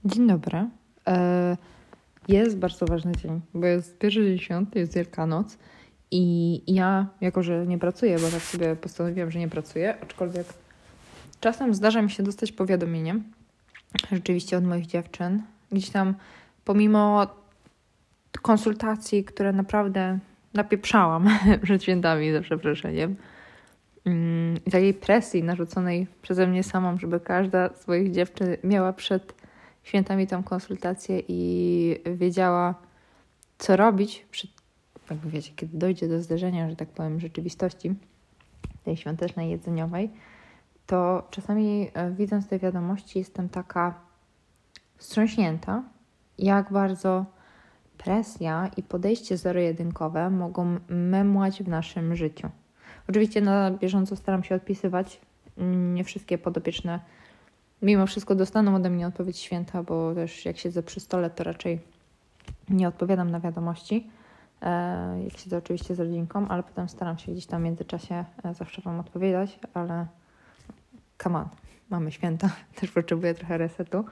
Dzień dobry. Jest bardzo ważny dzień, bo jest pierwszy dzień świąt, jest Wielkanoc i ja, jako że nie pracuję, bo tak sobie postanowiłam, że nie pracuję, aczkolwiek czasem zdarza mi się dostać powiadomienie, rzeczywiście od moich dziewczyn, gdzieś tam pomimo konsultacji, które naprawdę napieprzałam przed świętami, za przeproszeniem, i takiej presji narzuconej przeze mnie samą, żeby każda z moich dziewczyn miała przed świętami tą konsultację i wiedziała, co robić, jakby wiecie, kiedy dojdzie do zderzenia, że tak powiem, rzeczywistości tej świątecznej, jedzeniowej, to czasami widząc te wiadomości jestem taka wstrząśnięta, jak bardzo presja i podejście zero-jedynkowe mogą memłać w naszym życiu. Oczywiście na bieżąco staram się odpisywać. Nie wszystkie podopieczne mimo wszystko dostaną ode mnie odpowiedź święta, bo też jak siedzę przy stole, to raczej nie odpowiadam na wiadomości. Jak siedzę oczywiście z rodzinką, ale potem staram się gdzieś tam w międzyczasie zawsze Wam odpowiadać, ale come on, mamy święta, też potrzebuję trochę resetu.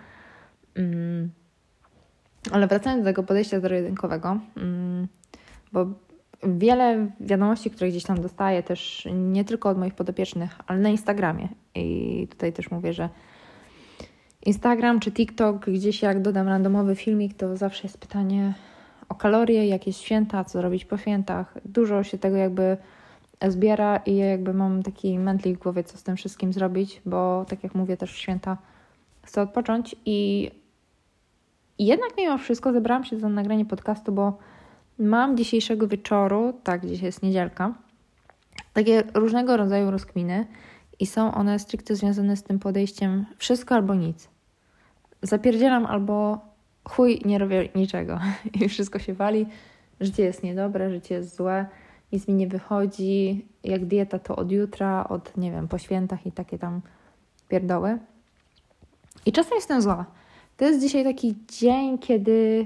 Ale wracając do tego podejścia zero-jedynkowego, bo wiele wiadomości, które gdzieś tam dostaję też nie tylko od moich podopiecznych, ale na Instagramie. I tutaj też mówię, że Instagram czy TikTok, gdzieś jak dodam randomowy filmik, to zawsze jest pytanie o kalorie, jakieś święta, co robić po świętach. Dużo się tego jakby zbiera i ja jakby mam taki mętlik w głowie, co z tym wszystkim zrobić, bo tak jak mówię, też w święta chcę odpocząć i jednak mimo wszystko zebrałam się za nagranie podcastu, bo mam dzisiejszego wieczoru, tak, dzisiaj jest niedzielka, takie różnego rodzaju rozkminy i są one stricte związane z tym podejściem wszystko albo nic. Zapierdzielam albo chuj, nie robię niczego i wszystko się wali, życie jest niedobre, życie jest złe, nic mi nie wychodzi, jak dieta to od jutra, od nie wiem, po świętach i takie tam pierdoły. I czasem jestem zła. To jest dzisiaj taki dzień, kiedy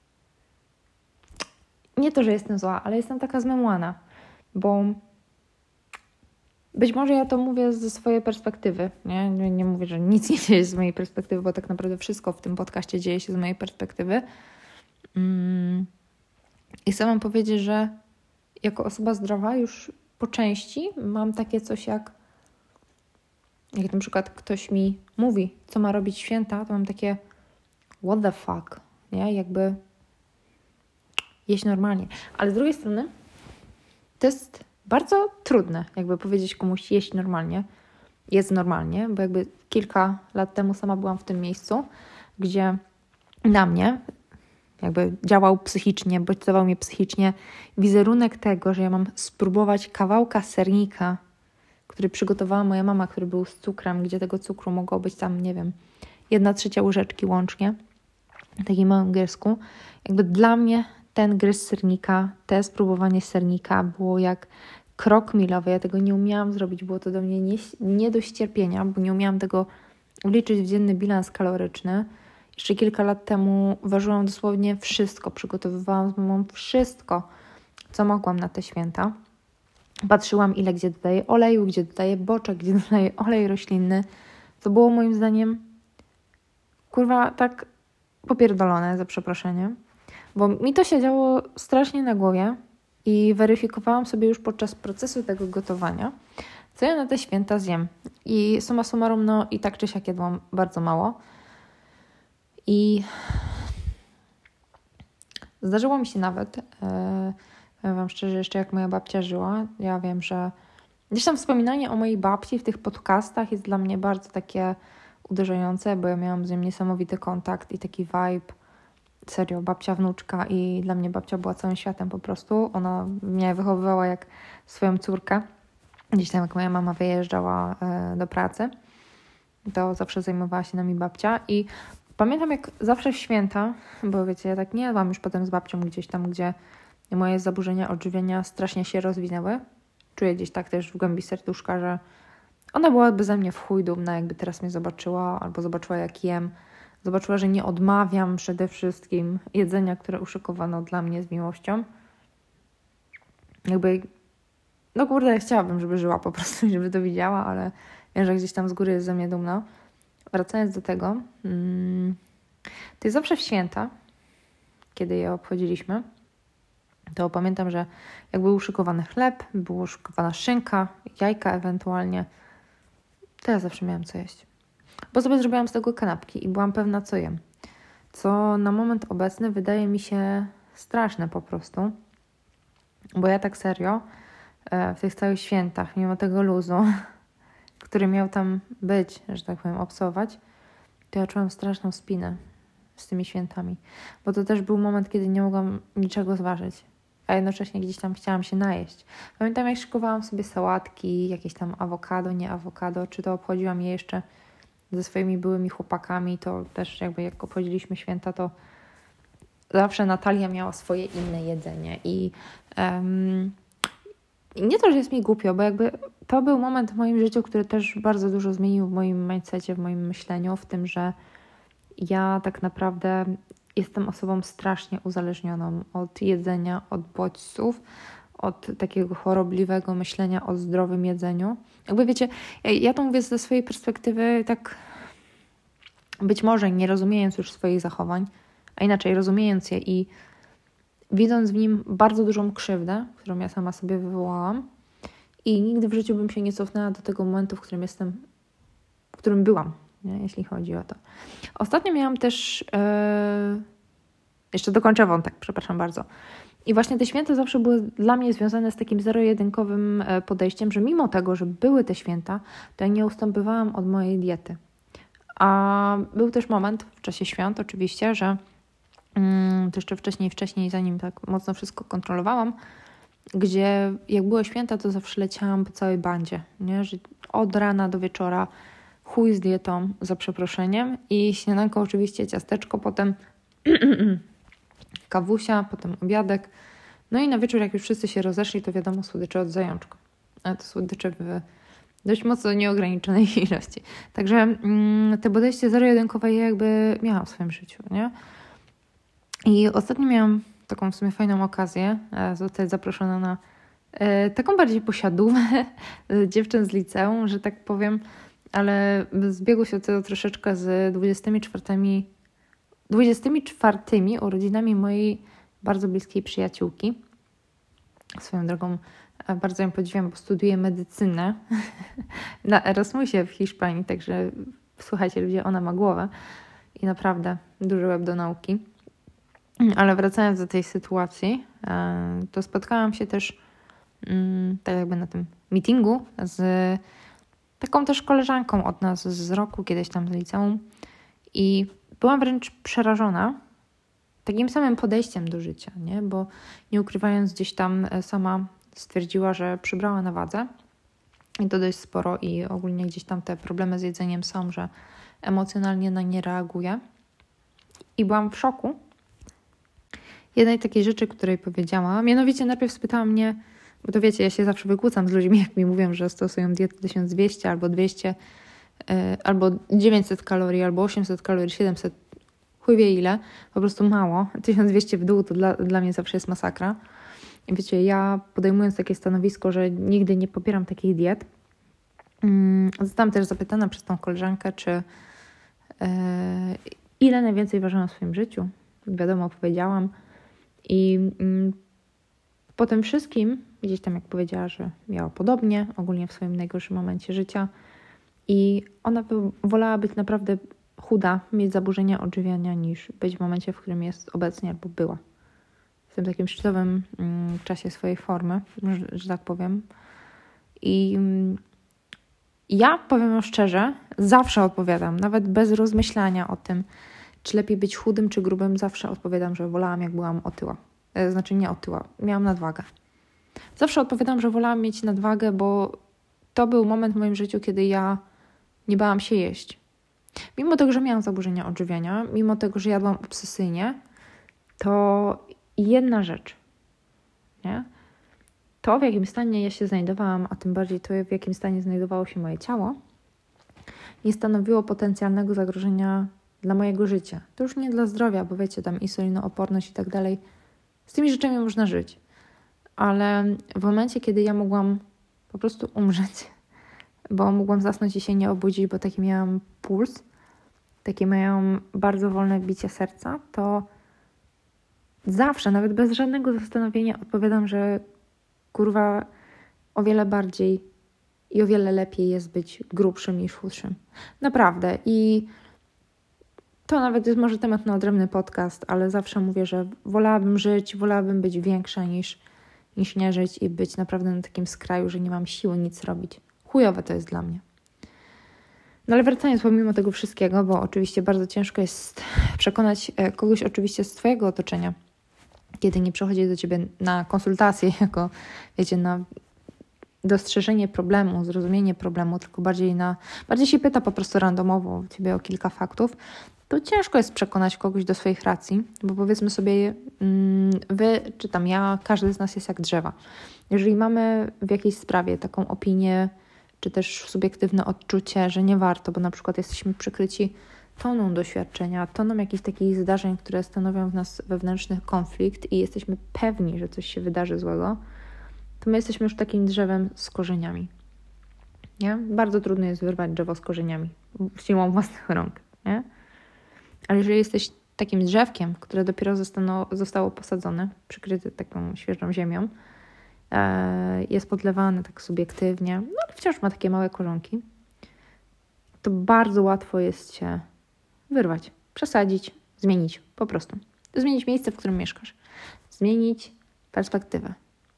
nie to, że jestem zła, ale jestem taka zmemłana, bo być może ja to mówię ze swojej perspektywy, nie mówię, że nic nie dzieje się z mojej perspektywy, bo tak naprawdę wszystko w tym podcaście dzieje się z mojej perspektywy. I chcę Wam powiedzieć, że jako osoba zdrowa już po części mam takie coś jak na przykład ktoś mi mówi, co ma robić święta, to mam takie what the fuck, nie? Jakby jeść normalnie. Ale z drugiej strony to jest bardzo trudne, jakby powiedzieć komuś jeść normalnie, jest normalnie, bo jakby kilka lat temu sama byłam w tym miejscu, gdzie na mnie jakby działał psychicznie, bodźcował mnie psychicznie wizerunek tego, że ja mam spróbować kawałka sernika, który przygotowała moja mama, który był z cukrem, gdzie tego cukru mogło być tam, nie wiem, 1/3 łyżeczki łącznie, w takim małym gryzku. Jakby dla mnie ten gryz sernika, te spróbowanie sernika było jak krok milowy. Ja tego nie umiałam zrobić. Było to do mnie nie do ścierpienia, bo nie umiałam tego wliczyć w dzienny bilans kaloryczny. Jeszcze kilka lat temu ważyłam dosłownie wszystko. Przygotowywałam z mamą wszystko, co mogłam na te święta. Patrzyłam, ile gdzie dodaję oleju, gdzie dodaję boczek, gdzie dodaję olej roślinny. To było moim zdaniem kurwa tak popierdolone, za przeproszeniem. Bo mi to się działo strasznie na głowie i weryfikowałam sobie już podczas procesu tego gotowania, co ja na te święta zjem. I summa summarum, no i tak czy siak jadłam bardzo mało. I zdarzyło mi się nawet, powiem Wam szczerze, jeszcze jak moja babcia żyła, ja wiem, że gdzieś tam wspominanie o mojej babci w tych podcastach jest dla mnie bardzo takie uderzające, bo ja miałam z nią niesamowity kontakt i taki vibe. Serio, babcia, wnuczka i dla mnie babcia była całym światem po prostu. Ona mnie wychowywała jak swoją córkę. Gdzieś tam jak moja mama wyjeżdżała do pracy, to zawsze zajmowała się nami babcia i pamiętam jak zawsze w święta, bo wiecie, ja tak nie jadłam już potem z babcią gdzieś tam, gdzie moje zaburzenia odżywienia strasznie się rozwinęły. Czuję gdzieś tak też w głębi serduszka, że ona byłaby ze mnie w chuj dumna, jakby teraz mnie zobaczyła albo zobaczyła jak jem. Zobaczyła, że nie odmawiam przede wszystkim jedzenia, które uszykowano dla mnie z miłością. Jakby, no kurde, ja chciałabym, żeby żyła po prostu, żeby to widziała, ale wiem, że gdzieś tam z góry jest ze mnie dumna. Wracając do tego, To zawsze w święta, kiedy je obchodziliśmy, to pamiętam, że jak był uszykowany chleb, była uszykowana szynka, jajka ewentualnie, to ja zawsze miałam co jeść. Bo sobie zrobiłam z tego kanapki i byłam pewna, co jem. Co na moment obecny wydaje mi się straszne po prostu. Bo ja tak serio w tych całych świętach, mimo tego luzu, który miał tam być, że tak powiem, obcować, to ja czułam straszną spinę z tymi świętami. Bo to też był moment, kiedy nie mogłam niczego zważyć, a jednocześnie gdzieś tam chciałam się najeść. Pamiętam, jak szykowałam sobie sałatki, jakieś tam awokado, nie awokado, czy to obchodziłam je jeszcze ze swoimi byłymi chłopakami, to też jakby jak obchodziliśmy święta, to zawsze Natalia miała swoje inne jedzenie i nie to, że jest mi głupio, bo jakby to był moment w moim życiu, który też bardzo dużo zmienił w moim mindsetie, w moim myśleniu, w tym, że ja tak naprawdę jestem osobą strasznie uzależnioną od jedzenia, od bodźców, od takiego chorobliwego myślenia o zdrowym jedzeniu. Jakby wiecie, ja to mówię ze swojej perspektywy tak być może nie rozumiejąc już swoich zachowań, a inaczej rozumiejąc je i widząc w nim bardzo dużą krzywdę, którą ja sama sobie wywołałam i nigdy w życiu bym się nie cofnęła do tego momentu, w którym jestem, w którym byłam, nie? Jeśli chodzi o to. Ostatnio miałam też, jeszcze dokończę wątek, przepraszam bardzo. I właśnie te święta zawsze były dla mnie związane z takim zero-jedynkowym podejściem, że mimo tego, że były te święta, to ja nie ustępowałam od mojej diety. A był też moment w czasie świąt oczywiście, że to jeszcze wcześniej, zanim tak mocno wszystko kontrolowałam, gdzie jak były święta, to zawsze leciałam po całej bandzie, nie? Że od rana do wieczora chuj z dietą, za przeproszeniem, i śniadanko oczywiście, ciasteczko, potem kawusia, potem obiadek, no i na wieczór, jak już wszyscy się rozeszli, to wiadomo, słodycze od zajączka. Ale to słodycze w dość mocno nieograniczonej ilości. Także te podejście zero-jedynkowe ja jakby miałam w swoim życiu, nie? I ostatnio miałam taką w sumie fajną okazję, zostać zaproszona na taką bardziej posiadówę dziewczyn z liceum, że tak powiem, ale zbiegło się to troszeczkę z 24 urodzinami mojej bardzo bliskiej przyjaciółki. Swoją drogą bardzo ją podziwiam, bo studiuje medycynę na Erasmusie w Hiszpanii, także słuchajcie ludzie, ona ma głowę i naprawdę duży łeb do nauki. Ale wracając do tej sytuacji, to spotkałam się też tak jakby na tym meetingu z taką też koleżanką od nas z roku, kiedyś tam z liceum, i byłam wręcz przerażona takim samym podejściem do życia, nie? Bo nie ukrywając, gdzieś tam sama stwierdziła, że przybrała na wadze i to dość sporo i ogólnie gdzieś tam te problemy z jedzeniem są, że emocjonalnie na nie reaguje. I byłam w szoku jednej takiej rzeczy, której powiedziała. Mianowicie najpierw spytała mnie, bo to wiecie, ja się zawsze wykłócam z ludźmi, jak mi mówią, że stosują dietę 1200 albo 200, albo 900 kalorii, albo 800 kalorii, 700, chuj wie ile, po prostu mało. 1200 w dół to dla mnie zawsze jest masakra. I wiecie, ja podejmując takie stanowisko, że nigdy nie popieram takich diet, zostałam też zapytana przez tą koleżankę, czy ile najwięcej ważyłam w swoim życiu. Wiadomo, powiedziałam. I po tym wszystkim, gdzieś tam jak powiedziała, że miała podobnie, ogólnie w swoim najgorszym momencie życia, i ona wolała być naprawdę chuda, mieć zaburzenia odżywiania, niż być w momencie, w którym jest obecnie albo była. W tym takim szczytowym czasie swojej formy, że tak powiem. I ja, powiem wam szczerze, zawsze odpowiadam, nawet bez rozmyślania o tym, czy lepiej być chudym, czy grubym, zawsze odpowiadam, że wolałam, jak byłam otyła. Znaczy nie otyła, miałam nadwagę. Zawsze odpowiadam, że wolałam mieć nadwagę, bo to był moment w moim życiu, kiedy ja nie bałam się jeść. Mimo tego, że miałam zaburzenia odżywiania, mimo tego, że jadłam obsesyjnie, to jedna rzecz, nie? To, w jakim stanie ja się znajdowałam, a tym bardziej to, w jakim stanie znajdowało się moje ciało, nie stanowiło potencjalnego zagrożenia dla mojego życia. To już nie dla zdrowia, bo wiecie, tam insulinooporność i tak dalej. Z tymi rzeczami można żyć. Ale w momencie, kiedy ja mogłam po prostu umrzeć, bo mogłam zasnąć i się nie obudzić, bo taki miałam puls, takie mają bardzo wolne bicie serca, to zawsze, nawet bez żadnego zastanowienia odpowiadam, że kurwa o wiele bardziej i o wiele lepiej jest być grubszym niż chudszym. Naprawdę. I to nawet jest może temat na odrębny podcast, ale zawsze mówię, że wolałabym być większa niż nie żyć i być naprawdę na takim skraju, że nie mam siły nic robić. Chujowe to jest dla mnie. No ale wracając pomimo tego wszystkiego, bo oczywiście bardzo ciężko jest przekonać kogoś oczywiście z Twojego otoczenia, kiedy nie przychodzi do Ciebie na konsultację, jako wiecie, na dostrzeżenie problemu, zrozumienie problemu, tylko bardziej się pyta po prostu randomowo Ciebie o kilka faktów, to ciężko jest przekonać kogoś do swoich racji, bo powiedzmy sobie, wy czy tam ja, każdy z nas jest jak drzewa. Jeżeli mamy w jakiejś sprawie taką opinię, czy też subiektywne odczucie, że nie warto, bo na przykład jesteśmy przykryci toną doświadczenia, toną jakichś takich zdarzeń, które stanowią w nas wewnętrzny konflikt i jesteśmy pewni, że coś się wydarzy złego, to my jesteśmy już takim drzewem z korzeniami. Nie? Bardzo trudno jest wyrwać drzewo z korzeniami siłą własnych rąk. Nie? Ale jeżeli jesteś takim drzewkiem, które dopiero zostało posadzone, przykryte taką świeżą ziemią, jest podlewane tak subiektywnie, no ale wciąż ma takie małe korzonki, to bardzo łatwo jest się wyrwać, przesadzić, zmienić po prostu. Zmienić miejsce, w którym mieszkasz. Zmienić perspektywę.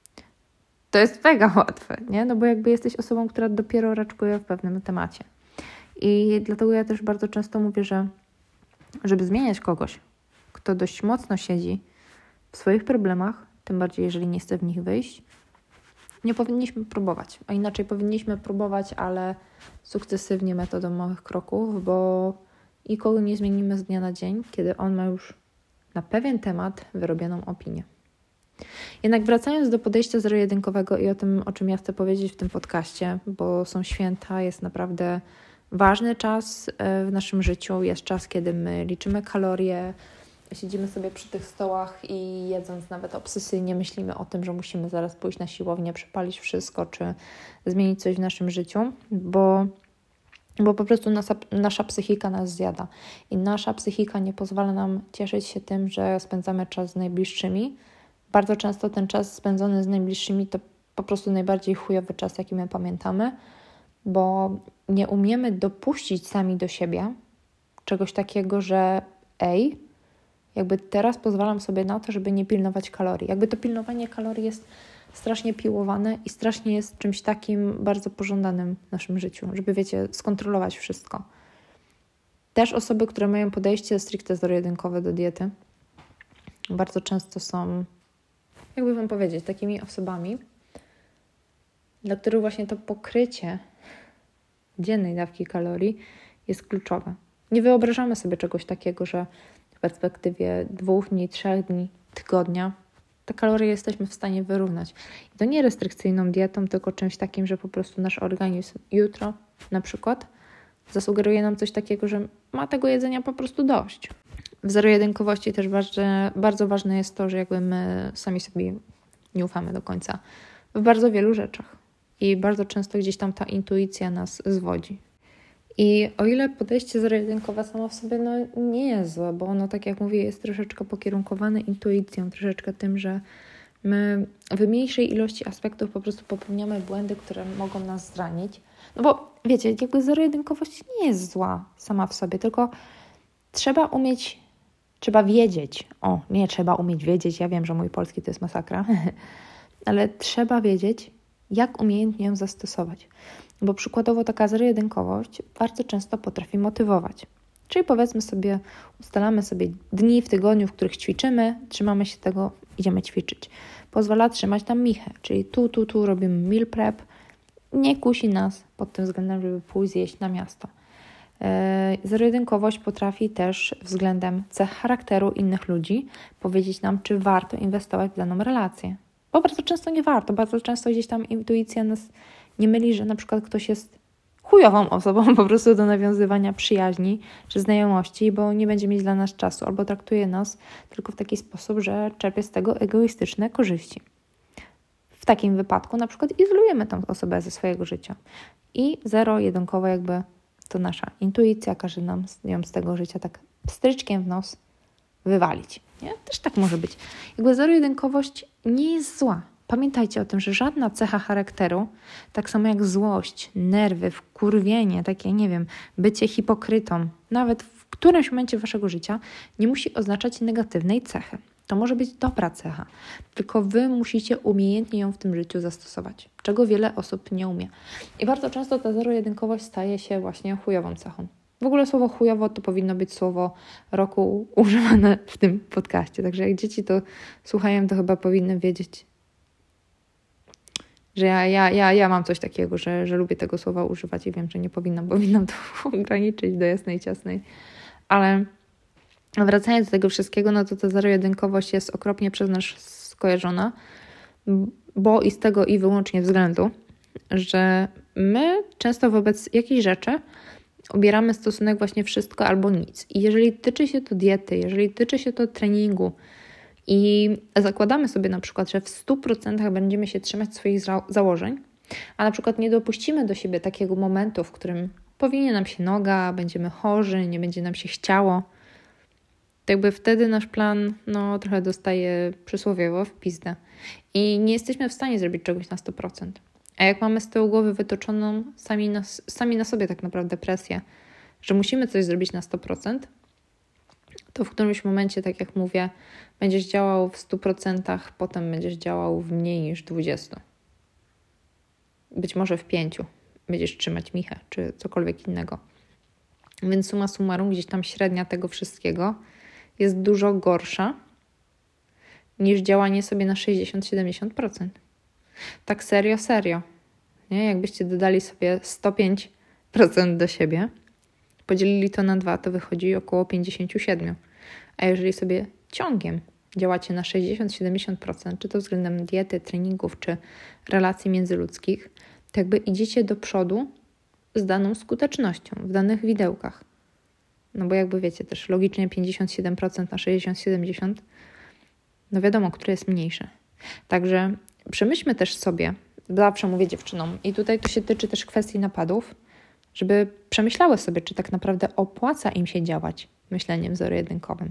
To jest mega łatwe, nie? No bo jakby jesteś osobą, która dopiero raczkuje w pewnym temacie. I dlatego ja też bardzo często mówię, że żeby zmieniać kogoś, kto dość mocno siedzi w swoich problemach, tym bardziej jeżeli nie chce w nich wyjść, nie powinniśmy próbować. A inaczej powinniśmy próbować, ale sukcesywnie metodą małych kroków, bo nikogo nie zmienimy z dnia na dzień, kiedy on ma już na pewien temat wyrobioną opinię. Jednak wracając do podejścia zero-jedynkowego i o tym, o czym ja chcę powiedzieć w tym podcaście, bo są święta, jest naprawdę ważny czas w naszym życiu, jest czas, kiedy my liczymy kalorie, siedzimy sobie przy tych stołach i jedząc nawet obsesyjnie myślimy o tym, że musimy zaraz pójść na siłownię, przepalić wszystko, czy zmienić coś w naszym życiu, bo po prostu nasza psychika nas zjada i nasza psychika nie pozwala nam cieszyć się tym, że spędzamy czas z najbliższymi. Bardzo często ten czas spędzony z najbliższymi to po prostu najbardziej chujowy czas, jaki my pamiętamy, bo nie umiemy dopuścić sami do siebie czegoś takiego, że jakby teraz pozwalam sobie na to, żeby nie pilnować kalorii. Jakby to pilnowanie kalorii jest strasznie piłowane i strasznie jest czymś takim bardzo pożądanym w naszym życiu, żeby, wiecie, skontrolować wszystko. Też osoby, które mają podejście stricte zero-jedynkowe do diety, bardzo często są, jakby wam powiedzieć, takimi osobami, dla których właśnie to pokrycie dziennej dawki kalorii jest kluczowe. Nie wyobrażamy sobie czegoś takiego, że w perspektywie 2 dni, 3 dni, tygodnia te kalorie jesteśmy w stanie wyrównać. I to nie restrykcyjną dietą, tylko czymś takim, że po prostu nasz organizm jutro na przykład zasugeruje nam coś takiego, że ma tego jedzenia po prostu dość. W zero-jedynkowości też bardzo ważne jest to, że jakby my sami sobie nie ufamy do końca w bardzo wielu rzeczach. I bardzo często gdzieś tam ta intuicja nas zwodzi. I o ile podejście zero-jedynkowe samo w sobie nie jest złe, bo ono, tak jak mówię, jest troszeczkę pokierunkowane intuicją, troszeczkę tym, że my w mniejszej ilości aspektów po prostu popełniamy błędy, które mogą nas zranić. No bo wiecie, jakby zero-jedynkowość nie jest zła sama w sobie, tylko trzeba wiedzieć. Trzeba umieć wiedzieć, ja wiem, że mój polski to jest masakra, ale trzeba wiedzieć, jak umiejętnie ją zastosować. Bo przykładowo taka zero-jedynkowość bardzo często potrafi motywować. Czyli powiedzmy sobie, ustalamy sobie dni w tygodniu, w których ćwiczymy, trzymamy się tego, idziemy ćwiczyć. Pozwala trzymać tam michę, czyli tu robimy meal prep. Nie kusi nas pod tym względem, żeby pójść zjeść na miasto. Zero-jedynkowość potrafi też względem cech charakteru innych ludzi powiedzieć nam, czy warto inwestować w daną relację. Bo bardzo często nie warto, bardzo często gdzieś tam intuicja nas nie myli, że na przykład ktoś jest chujową osobą po prostu do nawiązywania przyjaźni czy znajomości, bo nie będzie mieć dla nas czasu albo traktuje nas tylko w taki sposób, że czerpie z tego egoistyczne korzyści. W takim wypadku na przykład izolujemy tę osobę ze swojego życia i zero-jedynkowo jakby to nasza intuicja każe nam ją z tego życia tak pstryczkiem w nos wywalić. Nie? Też tak może być. Jakby zero-jedynkowość nie jest zła. Pamiętajcie o tym, że żadna cecha charakteru, tak samo jak złość, nerwy, wkurwienie, takie, nie wiem, bycie hipokrytą, nawet w którymś momencie waszego życia nie musi oznaczać negatywnej cechy. To może być dobra cecha, tylko wy musicie umiejętnie ją w tym życiu zastosować, czego wiele osób nie umie. I bardzo często ta zero-jedynkowość staje się właśnie chujową cechą. W ogóle słowo chujowo to powinno być słowo roku używane w tym podcaście. Także jak dzieci to słuchają, to chyba powinny wiedzieć, że ja mam coś takiego, że lubię tego słowa używać i wiem, że nie powinnam to ograniczyć do jasnej, ciasnej. Ale wracając do tego wszystkiego, no to ta zero-jedynkowość jest okropnie przez nas skojarzona, bo i z tego i wyłącznie względu, że my często wobec jakiejś rzeczy obieramy stosunek właśnie wszystko albo nic. I jeżeli tyczy się to diety, jeżeli tyczy się to treningu i zakładamy sobie na przykład, że w 100% będziemy się trzymać swoich założeń, a na przykład nie dopuścimy do siebie takiego momentu, w którym powinie nam się noga, będziemy chorzy, nie będzie nam się chciało, to jakby wtedy nasz plan trochę dostaje przysłowiowo w pizdę i nie jesteśmy w stanie zrobić czegoś na 100%. A jak mamy z tyłu głowy wytoczoną sami na sobie tak naprawdę presję, że musimy coś zrobić na 100%, to w którymś momencie, tak jak mówię, będziesz działał w 100%, potem będziesz działał w mniej niż 20%. Być może w 5% będziesz trzymać michę, czy cokolwiek innego. Więc summa summarum, gdzieś tam średnia tego wszystkiego jest dużo gorsza niż działanie sobie na 60-70%. Tak serio. Nie? Jakbyście dodali sobie 105% do siebie, podzielili to na 2, to wychodzi około 57%. A jeżeli sobie ciągiem działacie na 60-70%, czy to względem diety, treningów, czy relacji międzyludzkich, to jakby idziecie do przodu z daną skutecznością w danych widełkach. No bo jakby wiecie też logicznie 57% na 60-70%, no wiadomo, które jest mniejsze. Także przemyślmy też sobie, zawsze mówię dziewczynom, i tutaj to się tyczy też kwestii napadów, żeby przemyślały sobie, czy tak naprawdę opłaca im się działać myśleniem zero-jedynkowym.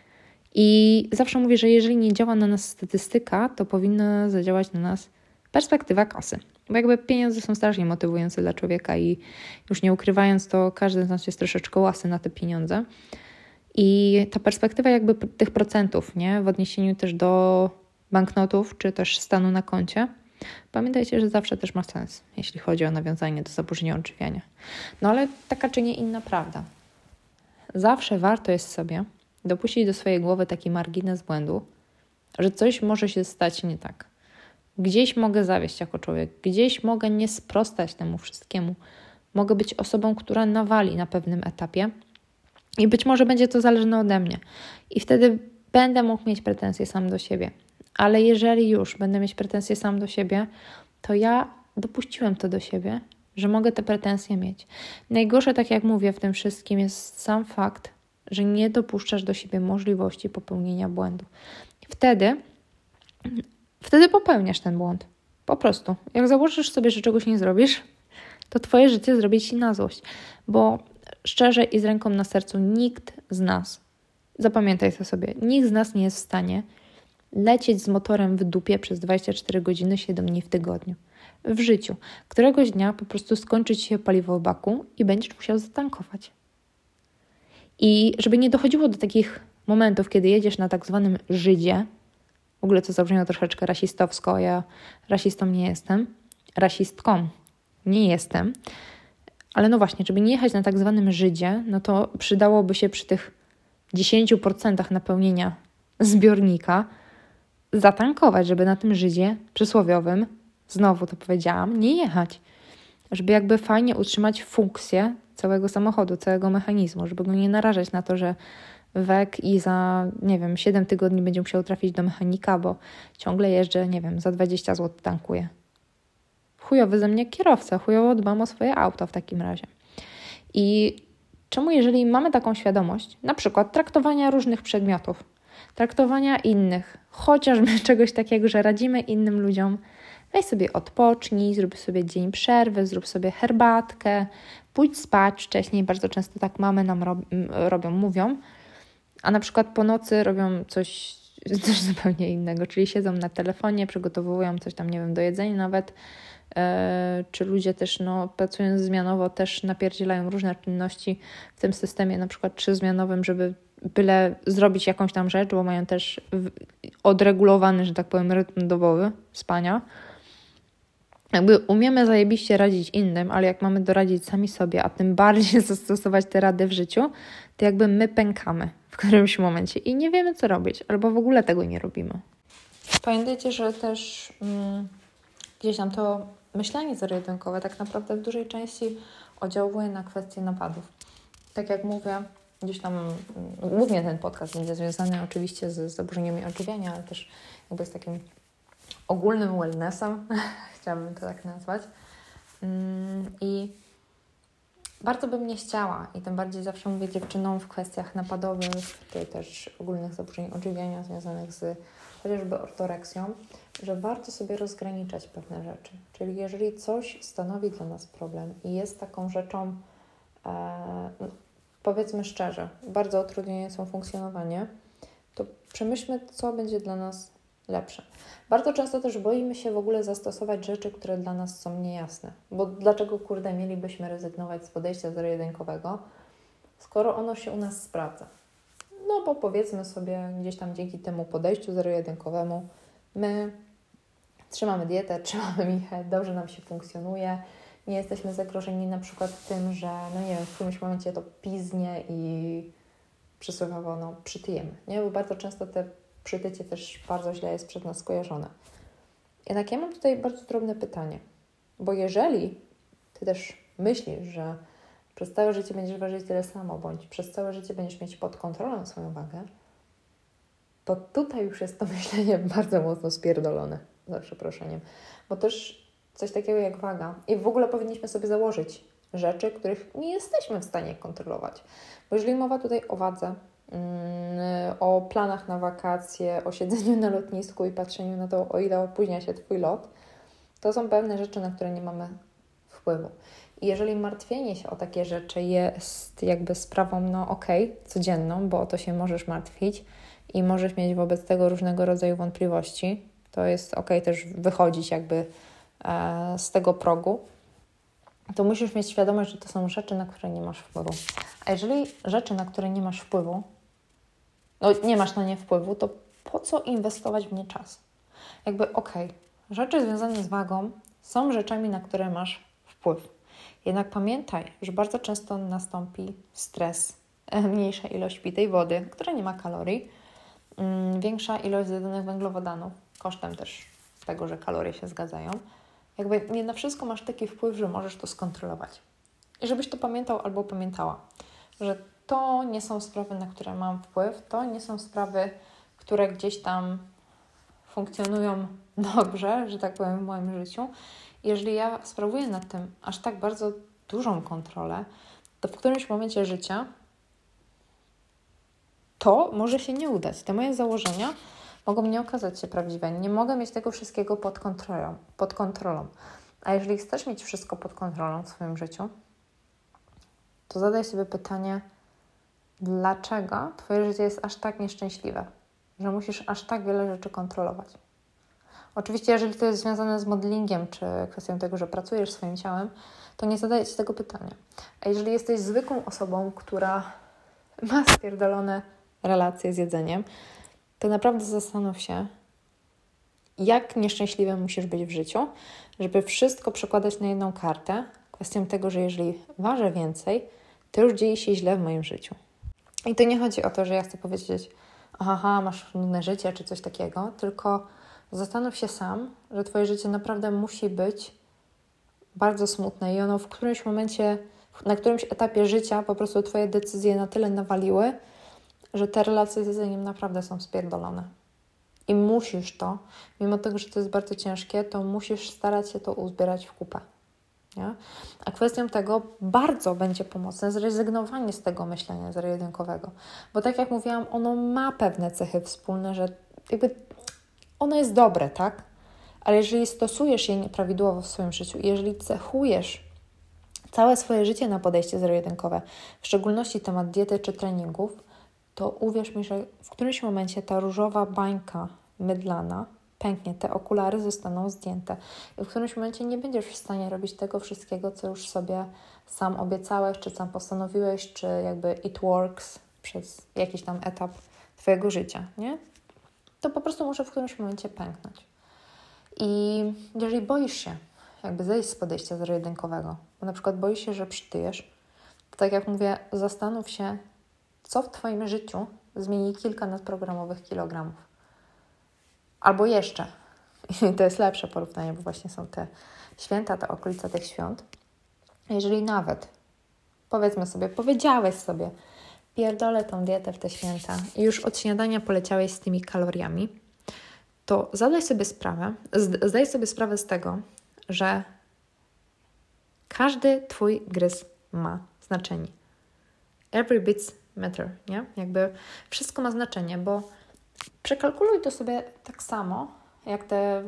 I zawsze mówię, że jeżeli nie działa na nas statystyka, to powinna zadziałać na nas perspektywa kasy. Bo jakby pieniądze są strasznie motywujące dla człowieka i już nie ukrywając, to każdy z nas jest troszeczkę łasy na te pieniądze. I ta perspektywa jakby tych procentów, nie, w odniesieniu też do banknotów, czy też stanu na koncie, pamiętajcie, że zawsze też ma sens, jeśli chodzi o nawiązanie do zaburzenia odżywiania. No ale taka czy nie inna prawda. Zawsze warto jest sobie dopuścić do swojej głowy taki margines błędu, że coś może się stać nie tak. Gdzieś mogę zawieść jako człowiek, gdzieś mogę nie sprostać temu wszystkiemu. Mogę być osobą, która nawali na pewnym etapie i być może będzie to zależne ode mnie. I wtedy będę mógł mieć pretensje sam do siebie. Ale jeżeli już będę mieć pretensje sam do siebie, to ja dopuściłem to do siebie, że mogę te pretensje mieć. Najgorsze, tak jak mówię, w tym wszystkim jest sam fakt, że nie dopuszczasz do siebie możliwości popełnienia błędu. Wtedy popełniasz ten błąd. Po prostu. Jak założysz sobie, że czegoś nie zrobisz, to twoje życie zrobi ci na złość. Bo szczerze i z ręką na sercu nikt z nas, zapamiętaj to sobie, nikt z nas nie jest w stanie lecieć z motorem w dupie przez 24 godziny, 7 dni w tygodniu. W życiu. Któregoś dnia po prostu skończy ci się paliwo w baku i będziesz musiał zatankować. I żeby nie dochodziło do takich momentów, kiedy jedziesz na tak zwanym Żydzie, w ogóle to zabrzmiało troszeczkę rasistowsko, ja rasistą nie jestem, rasistką nie jestem, ale no właśnie, żeby nie jechać na tak zwanym Żydzie, no to przydałoby się przy tych 10% napełnienia zbiornika zatankować, żeby na tym Żydzie przysłowiowym, znowu to powiedziałam, nie jechać. Żeby jakby fajnie utrzymać funkcję całego samochodu, całego mechanizmu, żeby go nie narażać na to, że wek i za, 7 tygodni będzie musiał trafić do mechanika, bo ciągle jeżdżę, za 20 zł tankuję. Chujowy ze mnie kierowca, chujowo dbam o swoje auto w takim razie. I czemu, jeżeli mamy taką świadomość, na przykład traktowania różnych przedmiotów, traktowania innych, chociażby czegoś takiego, że radzimy innym ludziom Weź sobie odpocznij, zrób sobie dzień przerwy, zrób sobie herbatkę, pójdź spać wcześniej. Bardzo często tak mamy nam robią, mówią, a na przykład po nocy robią coś zupełnie innego, czyli siedzą na telefonie, przygotowują coś tam, nie wiem, do jedzenia nawet, czy ludzie też, pracując zmianowo, też napierdzielają różne czynności w tym systemie, na przykład 3-zmianowym, żeby byle zrobić jakąś tam rzecz, bo mają też odregulowany, że tak powiem, rytm dobowy spania. Jakby umiemy zajebiście radzić innym, ale jak mamy doradzić sami sobie, a tym bardziej zastosować te rady w życiu, to jakby my pękamy w którymś momencie i nie wiemy, co robić, albo w ogóle tego nie robimy. Pamiętajcie, że też gdzieś tam to myślenie zero-jedynkowe tak naprawdę w dużej części oddziałuje na kwestie napadów. Tak jak mówię, gdzieś tam głównie ten podcast będzie związany oczywiście z zaburzeniami odżywiania, ale też jakby z takim ogólnym wellnessem, chciałabym to tak nazwać. I bardzo bym nie chciała, i tym bardziej zawsze mówię dziewczynom w kwestiach napadowych, czy też ogólnych zaburzeń odżywiania związanych z chociażby ortoreksją, że warto sobie rozgraniczać pewne rzeczy. Czyli jeżeli coś stanowi dla nas problem i jest taką rzeczą, powiedzmy szczerze, bardzo utrudniającą funkcjonowanie, to przemyślmy, co będzie dla nas lepsze. Bardzo często też boimy się w ogóle zastosować rzeczy, które dla nas są niejasne. Bo dlaczego, mielibyśmy rezygnować z podejścia zero-jedynkowego, skoro ono się u nas sprawdza? No bo powiedzmy sobie, gdzieś tam dzięki temu podejściu zero-jedynkowemu my trzymamy dietę, trzymamy michę, dobrze nam się funkcjonuje, nie jesteśmy zagrożeni na przykład tym, że w którymś momencie to piznie i przysłowiowo przytyjemy, nie? Bo bardzo często te przytycie też bardzo źle jest przez nas skojarzone. Jednak ja mam tutaj bardzo drobne pytanie, bo jeżeli Ty też myślisz, że przez całe życie będziesz ważyć tyle samo, bądź przez całe życie będziesz mieć pod kontrolą swoją wagę, to tutaj już jest to myślenie bardzo mocno spierdolone, za przeproszeniem. Bo też coś takiego jak waga i w ogóle powinniśmy sobie założyć rzeczy, których nie jesteśmy w stanie kontrolować. Bo jeżeli mowa tutaj o wadze, o planach na wakacje, o siedzeniu na lotnisku i patrzeniu na to, o ile opóźnia się Twój lot, to są pewne rzeczy, na które nie mamy wpływu. I jeżeli martwienie się o takie rzeczy jest jakby sprawą, codzienną, bo o to się możesz martwić i możesz mieć wobec tego różnego rodzaju wątpliwości, to jest też wychodzić jakby z tego progu, to musisz mieć świadomość, że to są rzeczy, na które nie masz wpływu. A jeżeli rzeczy, na które nie masz wpływu, nie masz na nie wpływu, to po co inwestować w nie czas? Rzeczy związane z wagą są rzeczami, na które masz wpływ. Jednak pamiętaj, że bardzo często nastąpi stres, mniejsza ilość pitej wody, która nie ma kalorii, większa ilość zjadanych węglowodanów, kosztem też tego, że kalorie się zgadzają. Nie na wszystko masz taki wpływ, że możesz to skontrolować. I żebyś to pamiętał albo pamiętała, że to nie są sprawy, na które mam wpływ, to nie są sprawy, które gdzieś tam funkcjonują dobrze, że tak powiem, w moim życiu. I jeżeli ja sprawuję nad tym aż tak bardzo dużą kontrolę, to w którymś momencie życia to może się nie udać. Te moje założenia mogą nie okazać się prawdziwe. Nie mogę mieć tego wszystkiego pod kontrolą. A jeżeli chcesz mieć wszystko pod kontrolą w swoim życiu, to zadaj sobie pytanie, dlaczego Twoje życie jest aż tak nieszczęśliwe, że musisz aż tak wiele rzeczy kontrolować. Oczywiście, jeżeli to jest związane z modelingiem, czy kwestią tego, że pracujesz swoim ciałem, to nie zadaję Ci tego pytania. A jeżeli jesteś zwykłą osobą, która ma spierdolone relacje z jedzeniem, to naprawdę zastanów się, jak nieszczęśliwy musisz być w życiu, żeby wszystko przekładać na jedną kartę, kwestią tego, że jeżeli ważę więcej, to już dzieje się źle w moim życiu. I to nie chodzi o to, że ja chcę powiedzieć, masz nudne życie, czy coś takiego, tylko zastanów się sam, że Twoje życie naprawdę musi być bardzo smutne i ono w którymś momencie, na którymś etapie życia po prostu Twoje decyzje na tyle nawaliły, że te relacje z jedzeniem naprawdę są spierdolone. I musisz to, mimo tego, że to jest bardzo ciężkie, to musisz starać się to uzbierać w kupę. Nie? A kwestią tego bardzo będzie pomocne zrezygnowanie z tego myślenia zero-jedynkowego. Bo tak jak mówiłam, ono ma pewne cechy wspólne, że jakby ono jest dobre, tak? Ale jeżeli stosujesz je nieprawidłowo w swoim życiu, jeżeli cechujesz całe swoje życie na podejście zero-jedynkowe, w szczególności temat diety czy treningów, to uwierz mi, że w którymś momencie ta różowa bańka mydlana pęknie, te okulary zostaną zdjęte. I w którymś momencie nie będziesz w stanie robić tego wszystkiego, co już sobie sam obiecałeś, czy sam postanowiłeś, czy jakby it works przez jakiś tam etap Twojego życia, nie? To po prostu może w którymś momencie pęknąć. I jeżeli boisz się jakby zejść z podejścia zero-jedynkowego, bo na przykład boisz się, że przytyjesz, to tak jak mówię, zastanów się, co w Twoim życiu zmieni kilka nadprogramowych kilogramów. Albo jeszcze. I to jest lepsze porównanie, bo właśnie są te święta, ta okolica tych świąt. Jeżeli nawet, powiedzmy sobie, powiedziałeś sobie, pierdolę tą dietę w te święta i już od śniadania poleciałeś z tymi kaloriami, to zdaj sobie sprawę z tego, że każdy Twój gryz ma znaczenie. Every bit matter, nie? Jakby wszystko ma znaczenie, bo przekalkuluj to sobie tak samo, jak te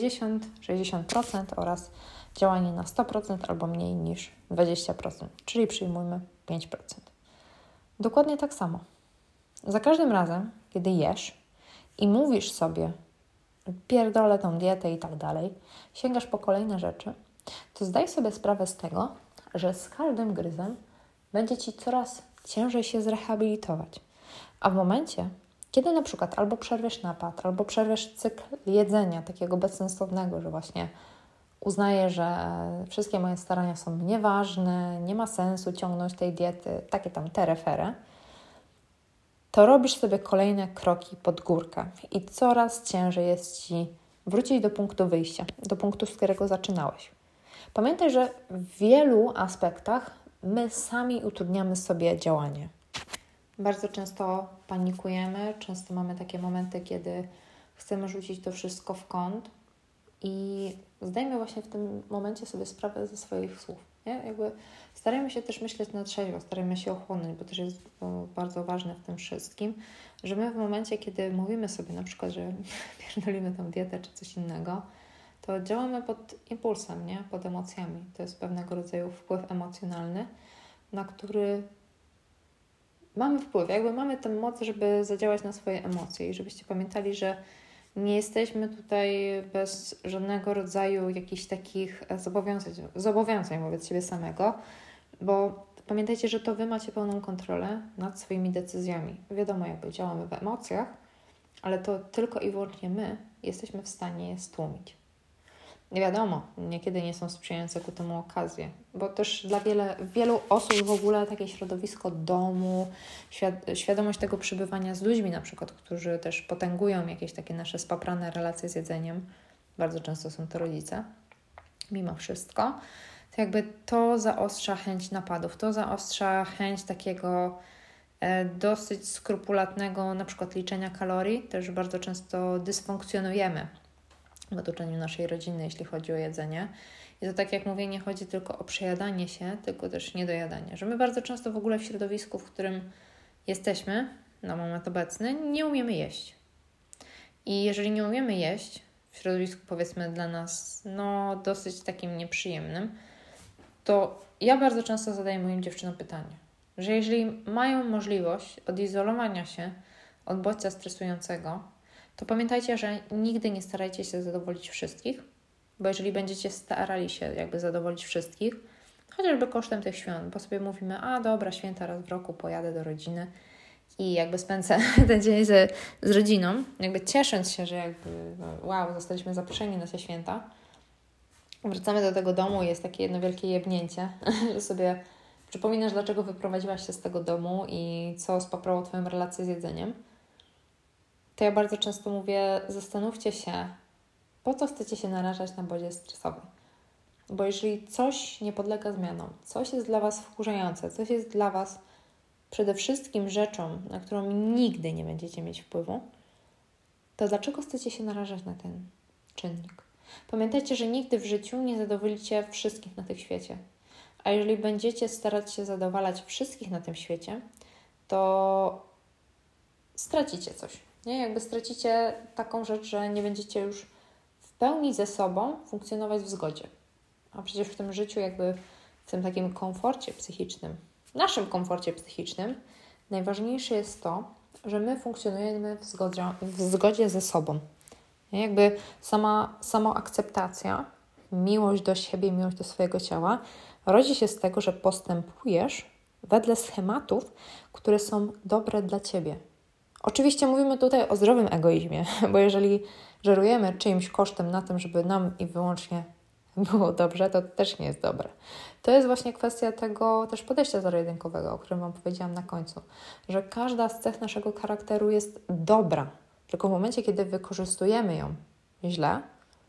70-60% oraz działanie na 100% albo mniej niż 20%, czyli przyjmujmy 5%. Dokładnie tak samo. Za każdym razem, kiedy jesz i mówisz sobie, pierdolę tą dietę i tak dalej, sięgasz po kolejne rzeczy, to zdaj sobie sprawę z tego, że z każdym gryzem będzie Ci coraz ciężej się zrehabilitować. A w momencie, kiedy na przykład albo przerwiesz napad, albo przerwiesz cykl jedzenia takiego bezsensownego, że właśnie uznaję, że wszystkie moje starania są nieważne, nie ma sensu ciągnąć tej diety, takie tam terefery, to robisz sobie kolejne kroki pod górkę i coraz ciężej jest Ci wrócić do punktu wyjścia, do punktu, z którego zaczynałeś. Pamiętaj, że w wielu aspektach my sami utrudniamy sobie działanie. Bardzo często panikujemy, często mamy takie momenty, kiedy chcemy rzucić to wszystko w kąt i zdajmy właśnie w tym momencie sobie sprawę ze swoich słów. Nie? Jakby starajmy się też myśleć na trzeźwo, starajmy się ochłonąć, bo też jest to bardzo ważne w tym wszystkim, że my w momencie, kiedy mówimy sobie na przykład, że pierdolimy tą dietę czy coś innego, to działamy pod impulsem, nie? Pod emocjami. To jest pewnego rodzaju wpływ emocjonalny, na który mamy wpływ. Jakby mamy tę moc, żeby zadziałać na swoje emocje i żebyście pamiętali, że nie jesteśmy tutaj bez żadnego rodzaju jakichś takich zobowiązań wobec siebie samego, bo pamiętajcie, że to Wy macie pełną kontrolę nad swoimi decyzjami. Wiadomo, jakby działamy w emocjach, ale to tylko i wyłącznie my jesteśmy w stanie je stłumić. Nie wiadomo, niekiedy nie są sprzyjające ku temu okazje, bo też dla wielu osób w ogóle takie środowisko domu, świadomość tego przebywania z ludźmi na przykład, którzy też potęgują jakieś takie nasze spaprane relacje z jedzeniem, bardzo często są to rodzice, mimo wszystko, to jakby to zaostrza chęć napadów, to zaostrza chęć takiego dosyć skrupulatnego na przykład liczenia kalorii, też bardzo często dysfunkcjonujemy w otoczeniu naszej rodziny, jeśli chodzi o jedzenie. I to tak jak mówię, nie chodzi tylko o przejadanie się, tylko też niedojadanie. Że my bardzo często w ogóle w środowisku, w którym jesteśmy na moment obecny, nie umiemy jeść. I jeżeli nie umiemy jeść, w środowisku powiedzmy dla nas dosyć takim nieprzyjemnym, to ja bardzo często zadaję moim dziewczynom pytanie, że jeżeli mają możliwość odizolowania się od bodźca stresującego, to pamiętajcie, że nigdy nie starajcie się zadowolić wszystkich, bo jeżeli będziecie starali się jakby zadowolić wszystkich, chociażby kosztem tych świąt, bo sobie mówimy, dobra, święta raz w roku, pojadę do rodziny i jakby spędzę ten dzień z rodziną, jakby ciesząc się, że jakby zostaliśmy zaproszeni na te święta, wracamy do tego domu i jest takie jedno wielkie jebnięcie, że sobie przypominasz, dlaczego wyprowadziłaś się z tego domu i co spaprało Twoją relację z jedzeniem. To ja bardzo często mówię, zastanówcie się, po co chcecie się narażać na bodziec stresowy. Bo jeżeli coś nie podlega zmianom, coś jest dla Was wkurzające, coś jest dla Was przede wszystkim rzeczą, na którą nigdy nie będziecie mieć wpływu, to dlaczego chcecie się narażać na ten czynnik? Pamiętajcie, że nigdy w życiu nie zadowolicie wszystkich na tym świecie. A jeżeli będziecie starać się zadowalać wszystkich na tym świecie, to stracicie coś. Nie? Jakby stracicie taką rzecz, że nie będziecie już w pełni ze sobą funkcjonować w zgodzie. A przecież w tym życiu w tym takim komforcie psychicznym, naszym komforcie psychicznym, najważniejsze jest to, że my funkcjonujemy w zgodzie ze sobą. Samoakceptacja, miłość do siebie, miłość do swojego ciała rodzi się z tego, że postępujesz wedle schematów, które są dobre dla Ciebie. Oczywiście mówimy tutaj o zdrowym egoizmie, bo jeżeli żerujemy czyimś kosztem na tym, żeby nam i wyłącznie było dobrze, to też nie jest dobre. To jest właśnie kwestia tego też podejścia zero-jedynkowego, o którym Wam powiedziałam na końcu, że każda z cech naszego charakteru jest dobra, tylko w momencie, kiedy wykorzystujemy ją źle,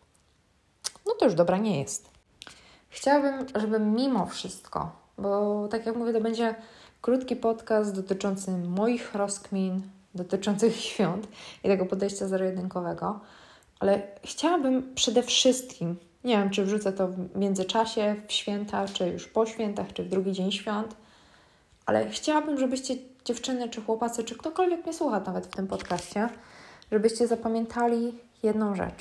no to już dobra nie jest. Chciałabym, żeby mimo wszystko, bo tak jak mówię, to będzie krótki podcast dotyczący moich rozkmin, dotyczących świąt i tego podejścia zero-jedynkowego, ale chciałabym przede wszystkim, nie wiem, czy wrzucę to w międzyczasie, w święta, czy już po świętach, czy w drugi dzień świąt, ale chciałabym, żebyście dziewczyny, czy chłopacy, czy ktokolwiek mnie słucha nawet w tym podcaście, żebyście zapamiętali jedną rzecz.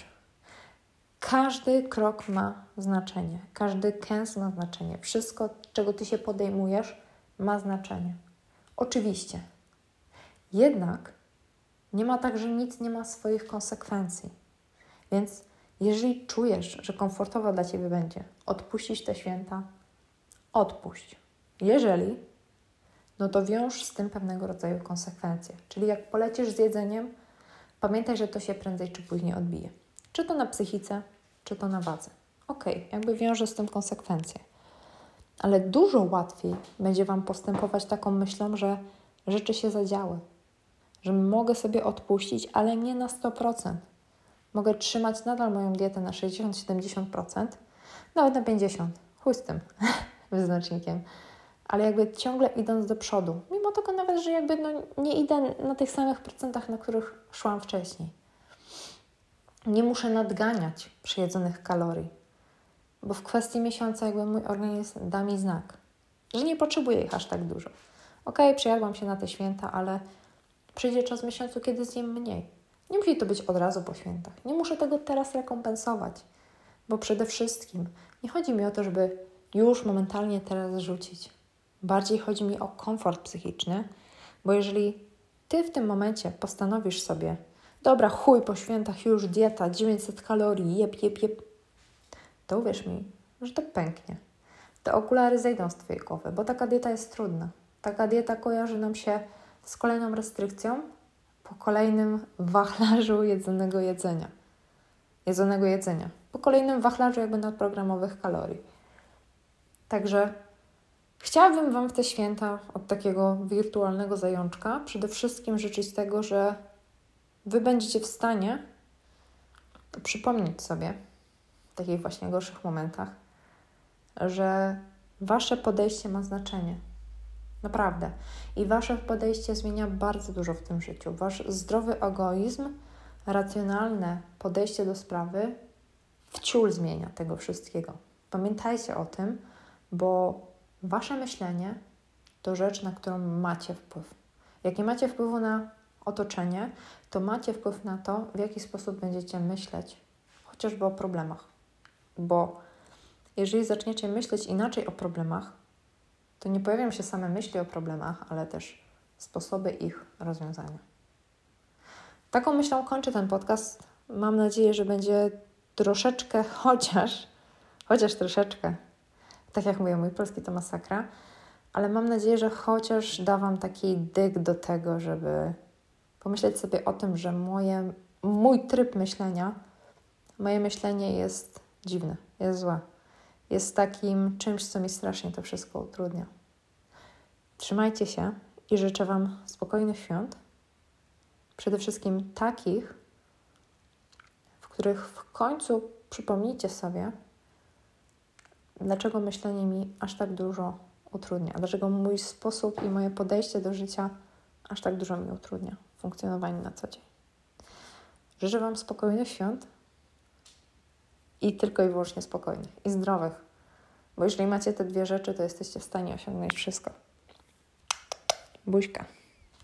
Każdy krok ma znaczenie, każdy kęs ma znaczenie. Wszystko, czego Ty się podejmujesz, ma znaczenie. Oczywiście. Jednak nie ma tak, że nic nie ma swoich konsekwencji. Więc jeżeli czujesz, że komfortowo dla Ciebie będzie odpuścić te święta, odpuść. Jeżeli, no to wiąż z tym pewnego rodzaju konsekwencje. Czyli jak polecisz z jedzeniem, pamiętaj, że to się prędzej czy później odbije. Czy to na psychice, czy to na wadze. Wiąże z tym konsekwencje. Ale dużo łatwiej będzie Wam postępować taką myślą, że rzeczy się zadziały. Że mogę sobie odpuścić, ale nie na 100%. Mogę trzymać nadal moją dietę na 60-70%, nawet na 50%. Chuj z tym wyznacznikiem. Ale ciągle idąc do przodu. Mimo tego nawet, że nie idę na tych samych procentach, na których szłam wcześniej. Nie muszę nadganiać przejedzonych kalorii, bo w kwestii miesiąca mój organizm da mi znak, że nie potrzebuję ich aż tak dużo. Przejadłam się na te święta, ale przyjdzie czas w miesiącu, kiedy zjem mniej. Nie musi to być od razu po świętach. Nie muszę tego teraz rekompensować, bo przede wszystkim nie chodzi mi o to, żeby już momentalnie teraz rzucić. Bardziej chodzi mi o komfort psychiczny, bo jeżeli Ty w tym momencie postanowisz sobie, dobra, chuj, po świętach już dieta, 900 kalorii, jep, to uwierz mi, że to pęknie. Te okulary zejdą z Twojej głowy, bo taka dieta jest trudna. Taka dieta kojarzy nam się z kolejną restrykcją, po kolejnym wachlarzu jedzonego jedzenia. Po kolejnym wachlarzu nadprogramowych kalorii. Także chciałabym Wam w te święta od takiego wirtualnego zajączka przede wszystkim życzyć tego, że Wy będziecie w stanie przypomnieć sobie w takich właśnie gorszych momentach, że Wasze podejście ma znaczenie. Naprawdę. I Wasze podejście zmienia bardzo dużo w tym życiu. Wasz zdrowy egoizm, racjonalne podejście do sprawy wciul zmienia tego wszystkiego. Pamiętajcie o tym, bo Wasze myślenie to rzecz, na którą macie wpływ. Jak nie macie wpływu na otoczenie, to macie wpływ na to, w jaki sposób będziecie myśleć, chociażby o problemach. Bo jeżeli zaczniecie myśleć inaczej o problemach, to nie pojawią się same myśli o problemach, ale też sposoby ich rozwiązania. Taką myślą kończę ten podcast. Mam nadzieję, że będzie troszeczkę, chociaż troszeczkę, tak jak mówię, mój polski to masakra, ale mam nadzieję, że chociaż da Wam taki dyg do tego, żeby pomyśleć sobie o tym, że mój tryb myślenia, moje myślenie jest dziwne, jest złe. Jest takim czymś, co mi strasznie to wszystko utrudnia. Trzymajcie się i życzę Wam spokojnych świąt. Przede wszystkim takich, w których w końcu przypomnijcie sobie, dlaczego myślenie mi aż tak dużo utrudnia, dlaczego mój sposób i moje podejście do życia aż tak dużo mi utrudnia funkcjonowanie na co dzień. Życzę Wam spokojnych świąt i tylko i wyłącznie spokojnych i zdrowych, bo jeżeli macie te dwie rzeczy, to jesteście w stanie osiągnąć wszystko. Buźka.